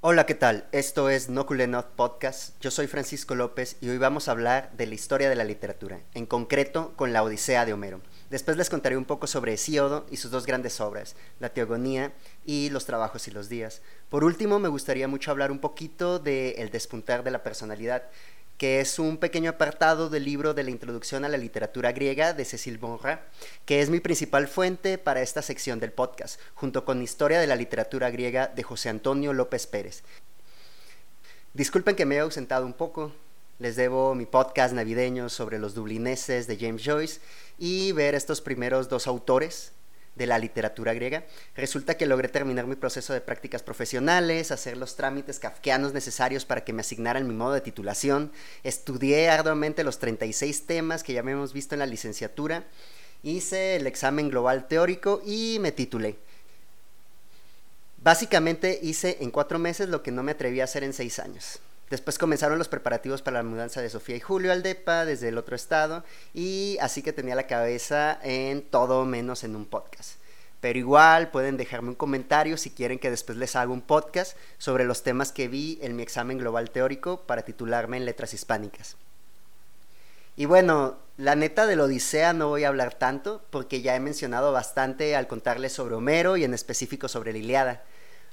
Hola, ¿qué tal? Esto es No Cool Enough Podcast. Yo soy Francisco López y hoy vamos a hablar de la historia de la literatura, en concreto con la Odisea de Homero. Después les contaré un poco sobre Hesíodo y sus dos grandes obras, la Teogonía y los Trabajos y los Días. Por último, me gustaría mucho hablar un poquito de El despuntar de la personalidad, que es un pequeño apartado del libro de la Introducción a la Literatura Griega de Cécile Bonrat, que es mi principal fuente para esta sección del podcast, junto con Historia de la Literatura Griega de José Antonio López Pérez. Disculpen que me haya ausentado un poco, les debo mi podcast navideño sobre los dublineses de James Joyce y ver estos primeros dos autores de la literatura griega. Resulta que logré terminar mi proceso de prácticas profesionales, hacer los trámites kafkianos necesarios para que me asignaran mi modo de titulación, estudié arduamente los 36 temas que ya habíamos visto en la licenciatura, hice el examen global teórico y me titulé. Básicamente hice en 4 meses lo que no me atreví a hacer en 6 años. Después comenzaron los preparativos para la mudanza de Sofía y Julio al DEPA desde el otro estado, y así que tenía la cabeza en todo menos en un podcast. Pero igual pueden dejarme un comentario si quieren que después les haga un podcast sobre los temas que vi en mi examen global teórico para titularme en Letras Hispánicas. Y bueno, la neta de la Odisea no voy a hablar tanto porque ya he mencionado bastante al contarles sobre Homero y en específico sobre la Ilíada.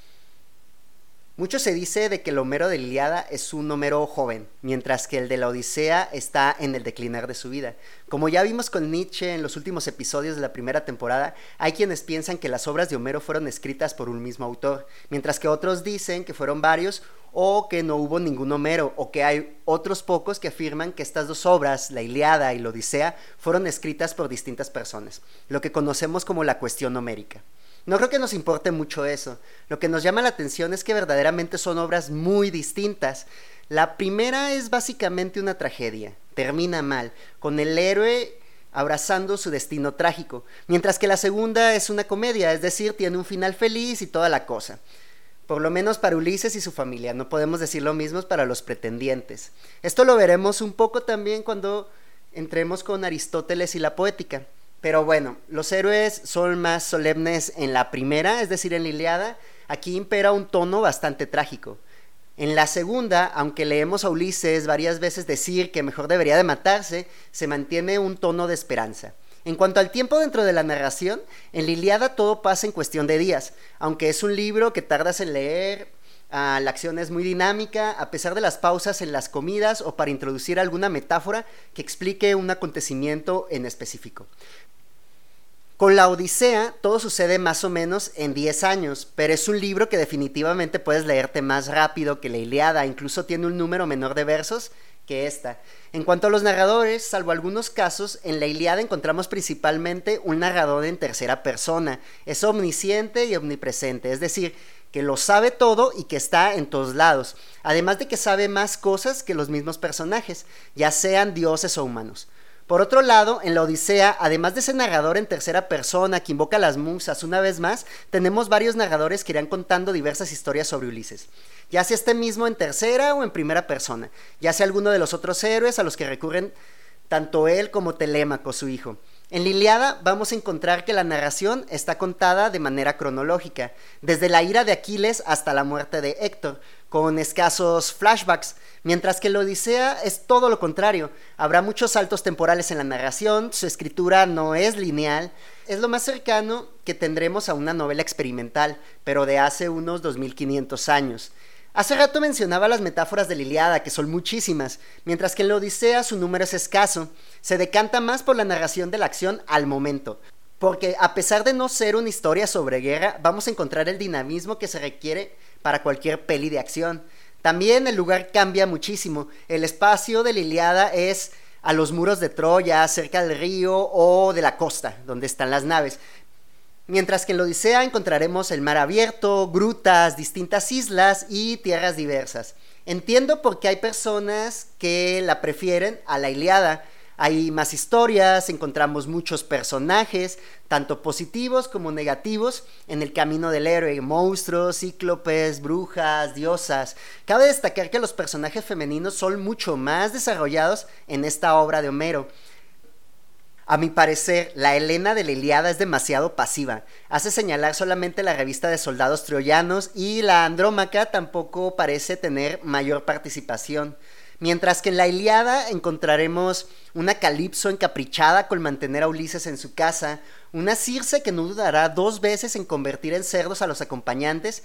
Mucho se dice de que el Homero de la Ilíada es un Homero joven, mientras que el de la Odisea está en el declinar de su vida. Como ya vimos con Nietzsche en los últimos episodios de la primera temporada, hay quienes piensan que las obras de Homero fueron escritas por un mismo autor, mientras que otros dicen que fueron varios o que no hubo ningún Homero, o que hay otros pocos que afirman que estas dos obras, la Ilíada y la Odisea, fueron escritas por distintas personas, lo que conocemos como la cuestión homérica. No creo que nos importe mucho eso. Lo que nos llama la atención es que verdaderamente son obras muy distintas. La primera es básicamente una tragedia, termina mal, con el héroe abrazando su destino trágico, mientras que la segunda es una comedia, es decir, tiene un final feliz y toda la cosa. Por lo menos para Ulises y su familia, no podemos decir lo mismo para los pretendientes. Esto lo veremos un poco también cuando entremos con Aristóteles y la poética. Pero bueno, los héroes son más solemnes en la primera, es decir, en la Ilíada. Aquí impera un tono bastante trágico. En la segunda, aunque leemos a Ulises varias veces decir que mejor debería de matarse, se mantiene un tono de esperanza. En cuanto al tiempo dentro de la narración, en la Ilíada todo pasa en cuestión de días, aunque es un libro que tardas en leer. La acción es muy dinámica, a pesar de las pausas en las comidas o para introducir alguna metáfora que explique un acontecimiento en específico. Con la Odisea todo sucede más o menos en 10 años, pero es un libro que definitivamente puedes leerte más rápido que la Ilíada, incluso tiene un número menor de versos que esta. En cuanto a los narradores, salvo algunos casos, en la Ilíada encontramos principalmente un narrador en tercera persona. Es omnisciente y omnipresente, es decir, que lo sabe todo y que está en todos lados, además de que sabe más cosas que los mismos personajes, ya sean dioses o humanos. Por otro lado, en la Odisea, además de ese narrador en tercera persona que invoca a las musas una vez más, tenemos varios narradores que irán contando diversas historias sobre Ulises, ya sea este mismo en tercera o en primera persona, ya sea alguno de los otros héroes a los que recurren tanto él como Telémaco, su hijo. En la Ilíada vamos a encontrar que la narración está contada de manera cronológica, desde la ira de Aquiles hasta la muerte de Héctor, con escasos flashbacks, mientras que la Odisea es todo lo contrario. Habrá muchos saltos temporales en la narración, su escritura no es lineal, es lo más cercano que tendremos a una novela experimental, pero de hace unos 2500 años. Hace rato mencionaba las metáforas de la Ilíada, que son muchísimas, mientras que en la Odisea su número es escaso. Se decanta más por la narración de la acción al momento, porque a pesar de no ser una historia sobre guerra, vamos a encontrar el dinamismo que se requiere para cualquier peli de acción. También el lugar cambia muchísimo. El espacio de la Ilíada es a los muros de Troya, cerca del río o de la costa, donde están las naves. Mientras que en la Odisea encontraremos el mar abierto, grutas, distintas islas y tierras diversas. Entiendo por qué hay personas que la prefieren a la Ilíada. Hay más historias, encontramos muchos personajes, tanto positivos como negativos, en el camino del héroe: monstruos, cíclopes, brujas, diosas. Cabe destacar que los personajes femeninos son mucho más desarrollados en esta obra de Homero. A mi parecer, la Helena de la Ilíada es demasiado pasiva. Hace señalar solamente la revista de soldados troyanos y la Andrómaca tampoco parece tener mayor participación. Mientras que en la Ilíada encontraremos una Calipso encaprichada con mantener a Ulises en su casa, una Circe que no dudará 2 veces en convertir en cerdos a los acompañantes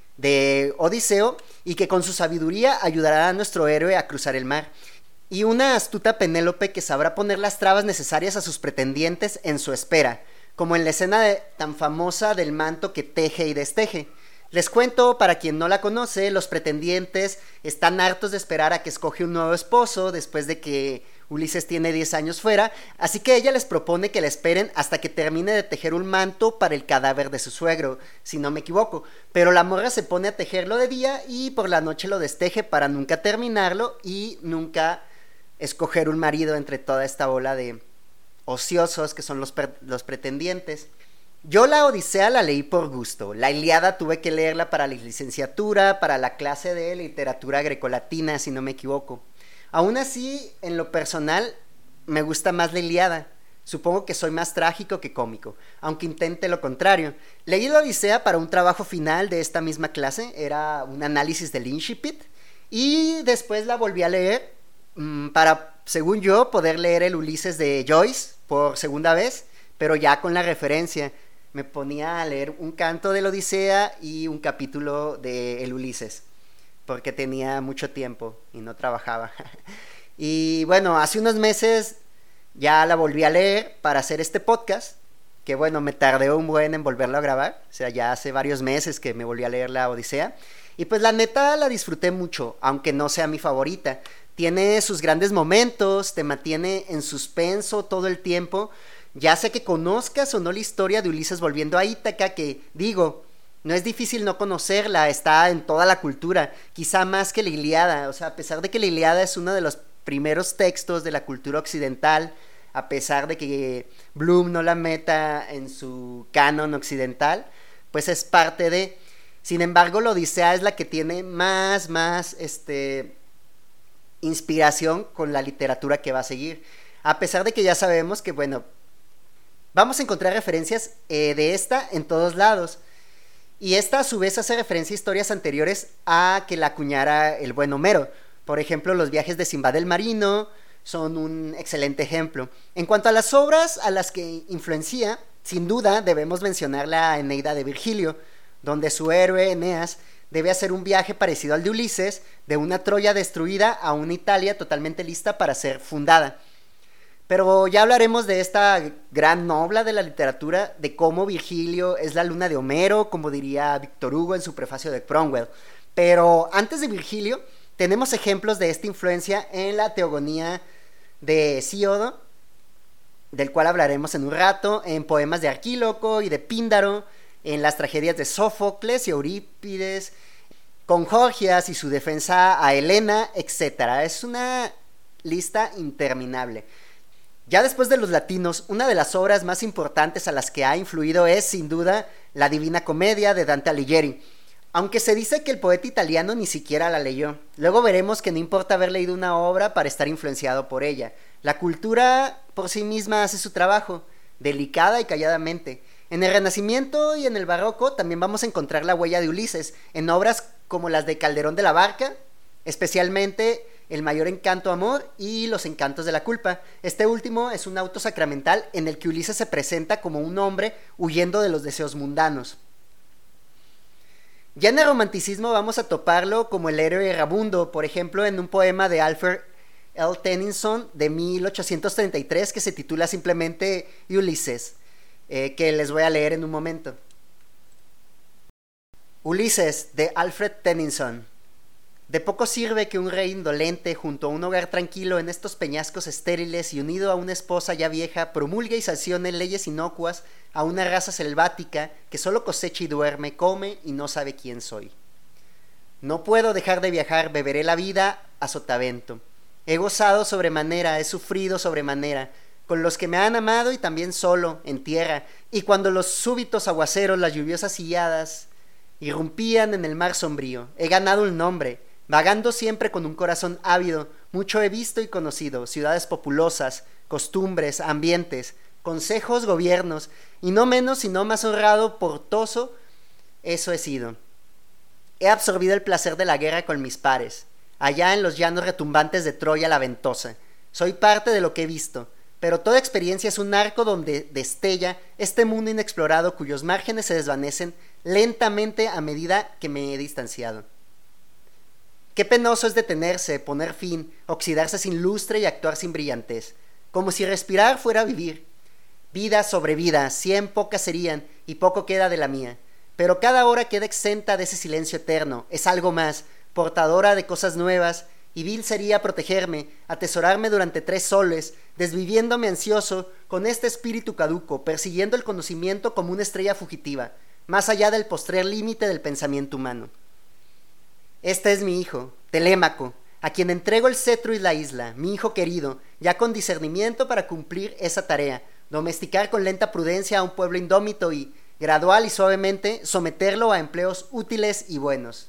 de Odiseo y que con su sabiduría ayudará a nuestro héroe a cruzar el mar, y una astuta Penélope que sabrá poner las trabas necesarias a sus pretendientes en su espera, como en la escena tan famosa del manto que teje y desteje. Les cuento, para quien no la conoce, los pretendientes están hartos de esperar a que escoge un nuevo esposo después de que Ulises tiene 10 años fuera, así que ella les propone que la esperen hasta que termine de tejer un manto para el cadáver de su suegro, si no me equivoco, pero la morra se pone a tejerlo de día y por la noche lo desteje para nunca terminarlo y nunca escoger un marido entre toda esta bola de ociosos que son los pretendientes. Yo la Odisea la leí por gusto, la Ilíada tuve que leerla para la licenciatura, para la clase de literatura grecolatina, si no me equivoco. Aún así, en lo personal, me gusta más la Ilíada. Supongo que soy más trágico que cómico, aunque intente lo contrario. Leí la Odisea para un trabajo final de esta misma clase, era un análisis del incipit, y después la volví a leer para, según yo, poder leer el Ulises de Joyce por segunda vez, pero ya con la referencia. Me ponía a leer un canto de la Odisea y un capítulo de el Ulises, porque tenía mucho tiempo y no trabajaba. Y bueno, hace unos meses ya la volví a leer para hacer este podcast, que bueno, me tardé un buen en volverlo a grabar, o sea, ya hace varios meses que me volví a leer la Odisea, y pues la neta la disfruté mucho, aunque no sea mi favorita. Tiene sus grandes momentos, te mantiene en suspenso todo el tiempo, ya sea que conozcas o no la historia de Ulises volviendo a Ítaca, que digo, no es difícil no conocerla, está en toda la cultura, quizá más que la Ilíada, o sea, a pesar de que la Ilíada es uno de los primeros textos de la cultura occidental, a pesar de que Bloom no la meta en su canon occidental, pues es parte de. Sin embargo, la Odisea es la que tiene más inspiración con la literatura que va a seguir, a pesar de que ya sabemos que, bueno, vamos a encontrar referencias de esta en todos lados. Y esta a su vez hace referencia a historias anteriores a que la acuñara el buen Homero. Por ejemplo, los viajes de Sinbad el Marino son un excelente ejemplo. En cuanto a las obras a las que influencia, sin duda debemos mencionar la Eneida de Virgilio, donde su héroe Eneas debe hacer un viaje parecido al de Ulises, de una Troya destruida a una Italia totalmente lista para ser fundada. Pero ya hablaremos de esta gran novela de la literatura, de cómo Virgilio es la luna de Homero, como diría Víctor Hugo en su prefacio de Cromwell. Pero antes de Virgilio, tenemos ejemplos de esta influencia en la Teogonía de Hesíodo, del cual hablaremos en un rato, en poemas de Arquíloco y de Píndaro, en las tragedias de Sófocles y Eurípides, con Gorgias y su defensa a Helena, etc. Es una lista interminable. Ya después de los latinos, una de las obras más importantes a las que ha influido es, sin duda, la Divina Comedia de Dante Alighieri, aunque se dice que el poeta italiano ni siquiera la leyó. Luego veremos que no importa haber leído una obra para estar influenciado por ella. La cultura por sí misma hace su trabajo, delicada y calladamente. En el Renacimiento y en el Barroco también vamos a encontrar la huella de Ulises, en obras como las de Calderón de la Barca, especialmente El mayor encanto amor y Los encantos de la culpa. Este último es un auto sacramental en el que Ulises se presenta como un hombre huyendo de los deseos mundanos. Ya en el romanticismo vamos a toparlo como el héroe errabundo, por ejemplo en un poema de Alfred L. Tennyson de 1833 que se titula simplemente Ulysses, que les voy a leer en un momento. Ulises, de Alfred Tennyson. De poco sirve que un rey indolente, junto a un hogar tranquilo en estos peñascos estériles y unido a una esposa ya vieja, promulgue y sancione leyes inocuas a una raza selvática que solo cosecha y duerme, come y no sabe quién soy. No puedo dejar de viajar, beberé la vida a sotavento. He gozado sobremanera, he sufrido sobremanera, con los que me han amado y también solo, en tierra, y cuando los súbitos aguaceros, las lluviosas silladas, irrumpían en el mar sombrío, he ganado un nombre, vagando siempre con un corazón ávido, mucho he visto y conocido, ciudades populosas, costumbres, ambientes, consejos, gobiernos, y no menos sino más honrado, portoso, eso he sido. He absorbido el placer de la guerra con mis pares, allá en los llanos retumbantes de Troya la ventosa. Soy parte de lo que he visto, pero toda experiencia es un arco donde destella este mundo inexplorado cuyos márgenes se desvanecen lentamente a medida que me he distanciado. Qué penoso es detenerse, poner fin, oxidarse sin lustre y actuar sin brillantez, como si respirar fuera vivir. Vida sobre vida, 100 pocas serían, y poco queda de la mía. Pero cada hora queda exenta de ese silencio eterno, es algo más, portadora de cosas nuevas, y vil sería protegerme, atesorarme durante 3 soles, desviviéndome ansioso con este espíritu caduco, persiguiendo el conocimiento como una estrella fugitiva, más allá del postrer límite del pensamiento humano. Este es mi hijo, Telémaco, a quien entrego el cetro y la isla, mi hijo querido, ya con discernimiento para cumplir esa tarea, domesticar con lenta prudencia a un pueblo indómito y, gradual y suavemente, someterlo a empleos útiles y buenos.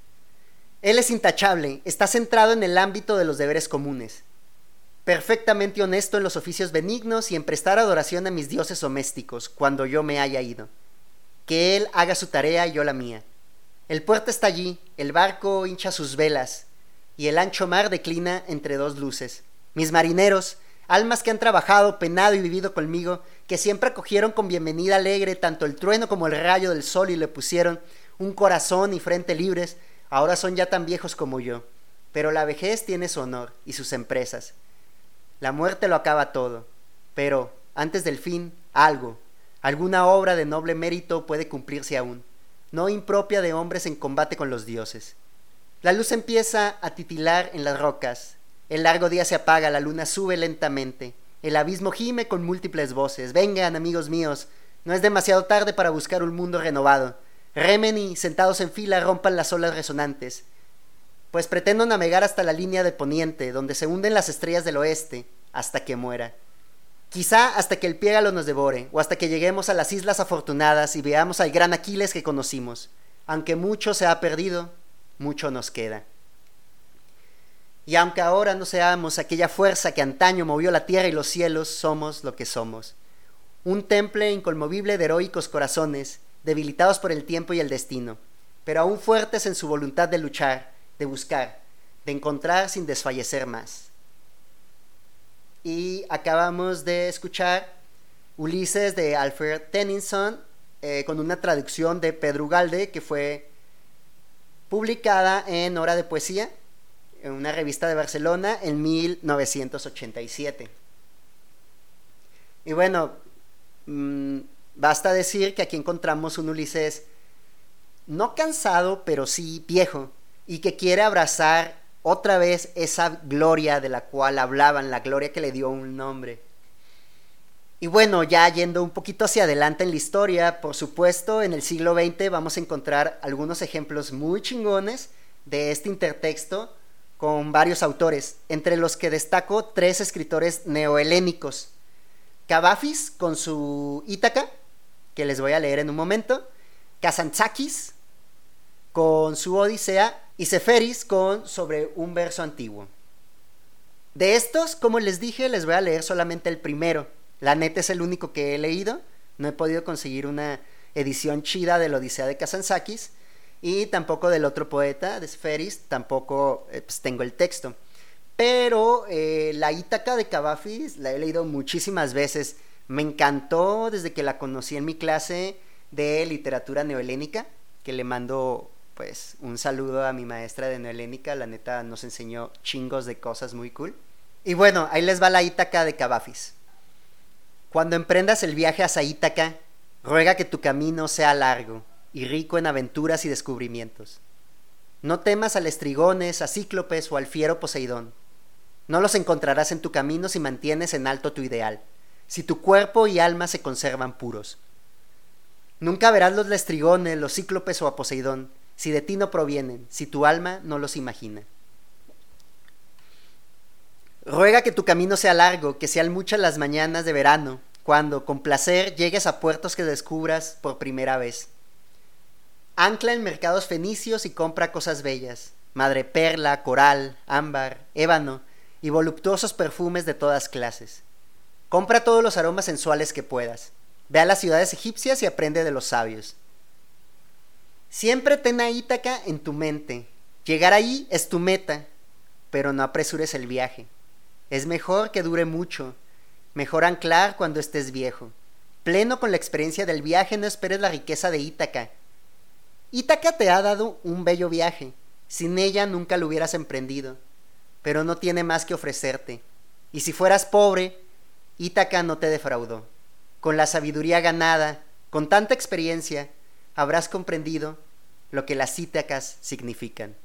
Él es intachable, está centrado en el ámbito de los deberes comunes, perfectamente honesto en los oficios benignos y en prestar adoración a mis dioses domésticos cuando yo me haya ido. Que él haga su tarea y yo la mía. El puerto está allí, el barco hincha sus velas, y el ancho mar declina entre 2 luces. Mis marineros, almas que han trabajado, penado y vivido conmigo, que siempre acogieron con bienvenida alegre tanto el trueno como el rayo del sol y le pusieron un corazón y frente libres, ahora son ya tan viejos como yo. Pero la vejez tiene su honor y sus empresas. La muerte lo acaba todo, pero antes del fin, alguna obra de noble mérito puede cumplirse aún, no impropia de hombres en combate con los dioses. La luz empieza a titilar en las rocas, el largo día se apaga, la luna sube lentamente, el abismo gime con múltiples voces. Vengan, amigos míos, no es demasiado tarde para buscar un mundo renovado. Remen y, sentados en fila, rompan las olas resonantes, pues pretendo navegar hasta la línea de poniente, donde se hunden las estrellas del oeste, hasta que muera. Quizá hasta que el piégalo nos devore, o hasta que lleguemos a las islas afortunadas y veamos al gran Aquiles que conocimos. Aunque mucho se ha perdido, mucho nos queda. Y aunque ahora no seamos aquella fuerza que antaño movió la tierra y los cielos, somos lo que somos. Un temple inconmovible de heroicos corazones, debilitados por el tiempo y el destino, pero aún fuertes en su voluntad de luchar, de buscar, de encontrar sin desfallecer más. Y acabamos de escuchar Ulises de Alfred Tennyson, con una traducción de Pedro Ugalde, que fue publicada en Hora de Poesía, en una revista de Barcelona, en 1987. Y bueno, basta decir que aquí encontramos un Ulises no cansado, pero sí viejo, y que quiere abrazar otra vez esa gloria de la cual hablaban, la gloria que le dio un nombre. Y bueno, ya yendo un poquito hacia adelante en la historia, por supuesto, en el siglo XX vamos a encontrar algunos ejemplos muy chingones de este intertexto con varios autores, entre los que destaco 3 escritores neohelénicos. Cavafis con su Ítaca, que les voy a leer en un momento, Kazantzakis con su Odisea y Seferis con Sobre un verso antiguo. De estos, como les dije, les voy a leer solamente el primero. La neta es el único que he leído, no he podido conseguir una edición chida de la Odisea de Kazantzakis y tampoco del otro poeta, de Seferis, tampoco pues, tengo el texto. Pero la Ítaca de Cavafis la he leído muchísimas veces. Me encantó desde que la conocí en mi clase de literatura neohelénica, que le mando pues un saludo a mi maestra de neohelénica. La neta nos enseñó chingos de cosas muy cool. Y bueno, ahí les va la Ítaca de Cavafis. Cuando emprendas el viaje hacia Ítaca, ruega que tu camino sea largo y rico en aventuras y descubrimientos. No temas a lestrigones, a cíclopes o al fiero Poseidón. No los encontrarás en tu camino si mantienes en alto tu ideal, si tu cuerpo y alma se conservan puros. Nunca verás los lestrigones, los cíclopes o a Poseidón, si de ti no provienen, si tu alma no los imagina. Ruega que tu camino sea largo, que sean muchas las mañanas de verano, cuando, con placer, llegues a puertos que descubras por primera vez. Ancla en mercados fenicios y compra cosas bellas, madreperla, coral, ámbar, ébano y voluptuosos perfumes de todas clases. Compra todos los aromas sensuales que puedas. Ve a las ciudades egipcias y aprende de los sabios. Siempre ten a Ítaca en tu mente. Llegar ahí es tu meta, pero no apresures el viaje. Es mejor que dure mucho. Mejor anclar cuando estés viejo. Pleno con la experiencia del viaje, no esperes la riqueza de Ítaca. Ítaca te ha dado un bello viaje. Sin ella nunca lo hubieras emprendido. Pero no tiene más que ofrecerte. Y si fueras pobre, Ítaca no te defraudó. Con la sabiduría ganada, con tanta experiencia, habrás comprendido lo que las Ítacas significan.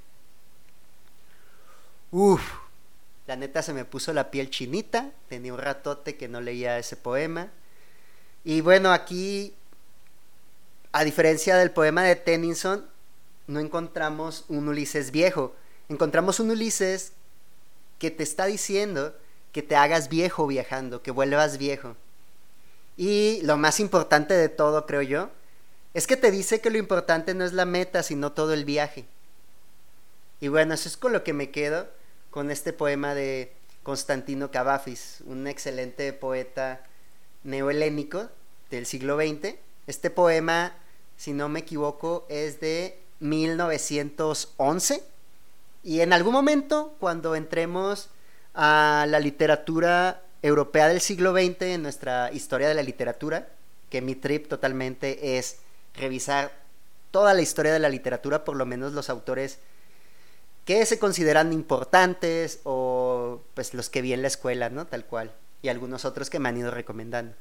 Uf, la neta se me puso la piel chinita. Tenía un ratote que no leía ese poema. Y bueno, aquí, a diferencia del poema de Tennyson, no encontramos un Ulises viejo. Encontramos un Ulises que te está diciendo que te hagas viejo viajando, que vuelvas viejo. Y lo más importante de todo, creo yo, es que te dice que lo importante no es la meta, sino todo el viaje. Y bueno, eso es con lo que me quedo con este poema de Constantino Cavafis, un excelente poeta neohelénico del siglo XX. Este poema, si no me equivoco, es de 1911. Y en algún momento, cuando entremos a la literatura europea del siglo XX, en nuestra historia de la literatura, que mi trip totalmente es revisar toda la historia de la literatura, por lo menos los autores que se consideran importantes o pues los que vi en la escuela, ¿no? Tal cual. Y algunos otros que me han ido recomendando.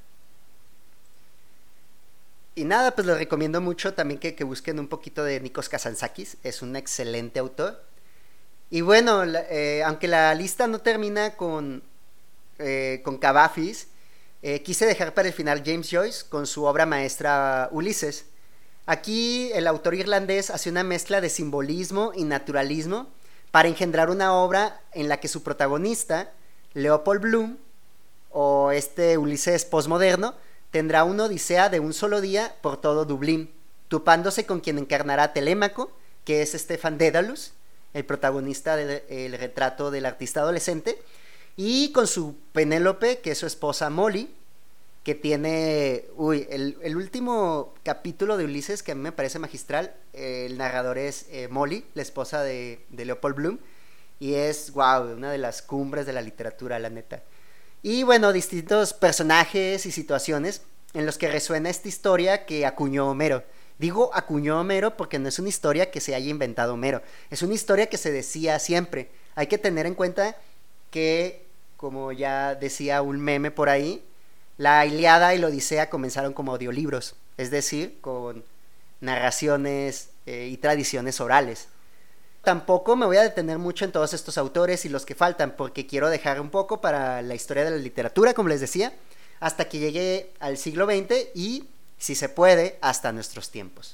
Y nada, pues les recomiendo mucho también que busquen un poquito de Nikos Kazantzakis. Es un excelente autor. Y bueno, aunque la lista no termina con Cavafis, quise dejar para el final James Joyce con su obra maestra Ulises. Aquí el autor irlandés hace una mezcla de simbolismo y naturalismo para engendrar una obra en la que su protagonista, Leopold Bloom, o este Ulises postmoderno, tendrá una odisea de un solo día por todo Dublín, topándose con quien encarnará a Telémaco, que es Stefan Dedalus, el protagonista del retrato del artista adolescente, y con su Penélope, que es su esposa Molly, que tiene, el último capítulo de Ulises que a mí me parece magistral. El narrador es Molly, la esposa de Leopold Bloom, y es, wow, una de las cumbres de la literatura, la neta. Y bueno, distintos personajes y situaciones en los que resuena esta historia que acuñó Homero. Digo acuñó Homero porque no es una historia que se haya inventado Homero, es una historia que se decía siempre. Hay que tener en cuenta que, como ya decía un meme por ahí, la Ilíada y la Odisea comenzaron como audiolibros, es decir, con narraciones y tradiciones orales. Tampoco me voy a detener mucho en todos estos autores y los que faltan, porque quiero dejar un poco para la historia de la literatura, como les decía, hasta que llegue al siglo XX y, si se puede, hasta nuestros tiempos.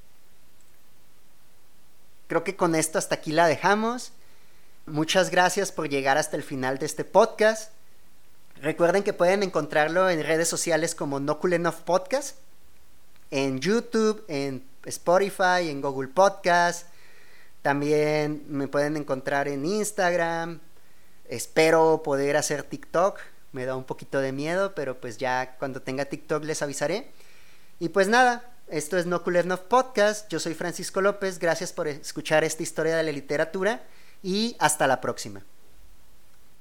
Creo que con esto hasta aquí la dejamos. Muchas gracias por llegar hasta el final de este podcast. Recuerden que pueden encontrarlo en redes sociales como No Cool Enough Podcast, en YouTube, en Spotify, en Google Podcast. También me pueden encontrar en Instagram. Espero poder hacer TikTok. Me da un poquito de miedo, pero pues ya cuando tenga TikTok les avisaré. Y pues nada, esto es No Cool Enough Podcast. Yo soy Francisco López. Gracias por escuchar esta historia de la literatura y hasta la próxima.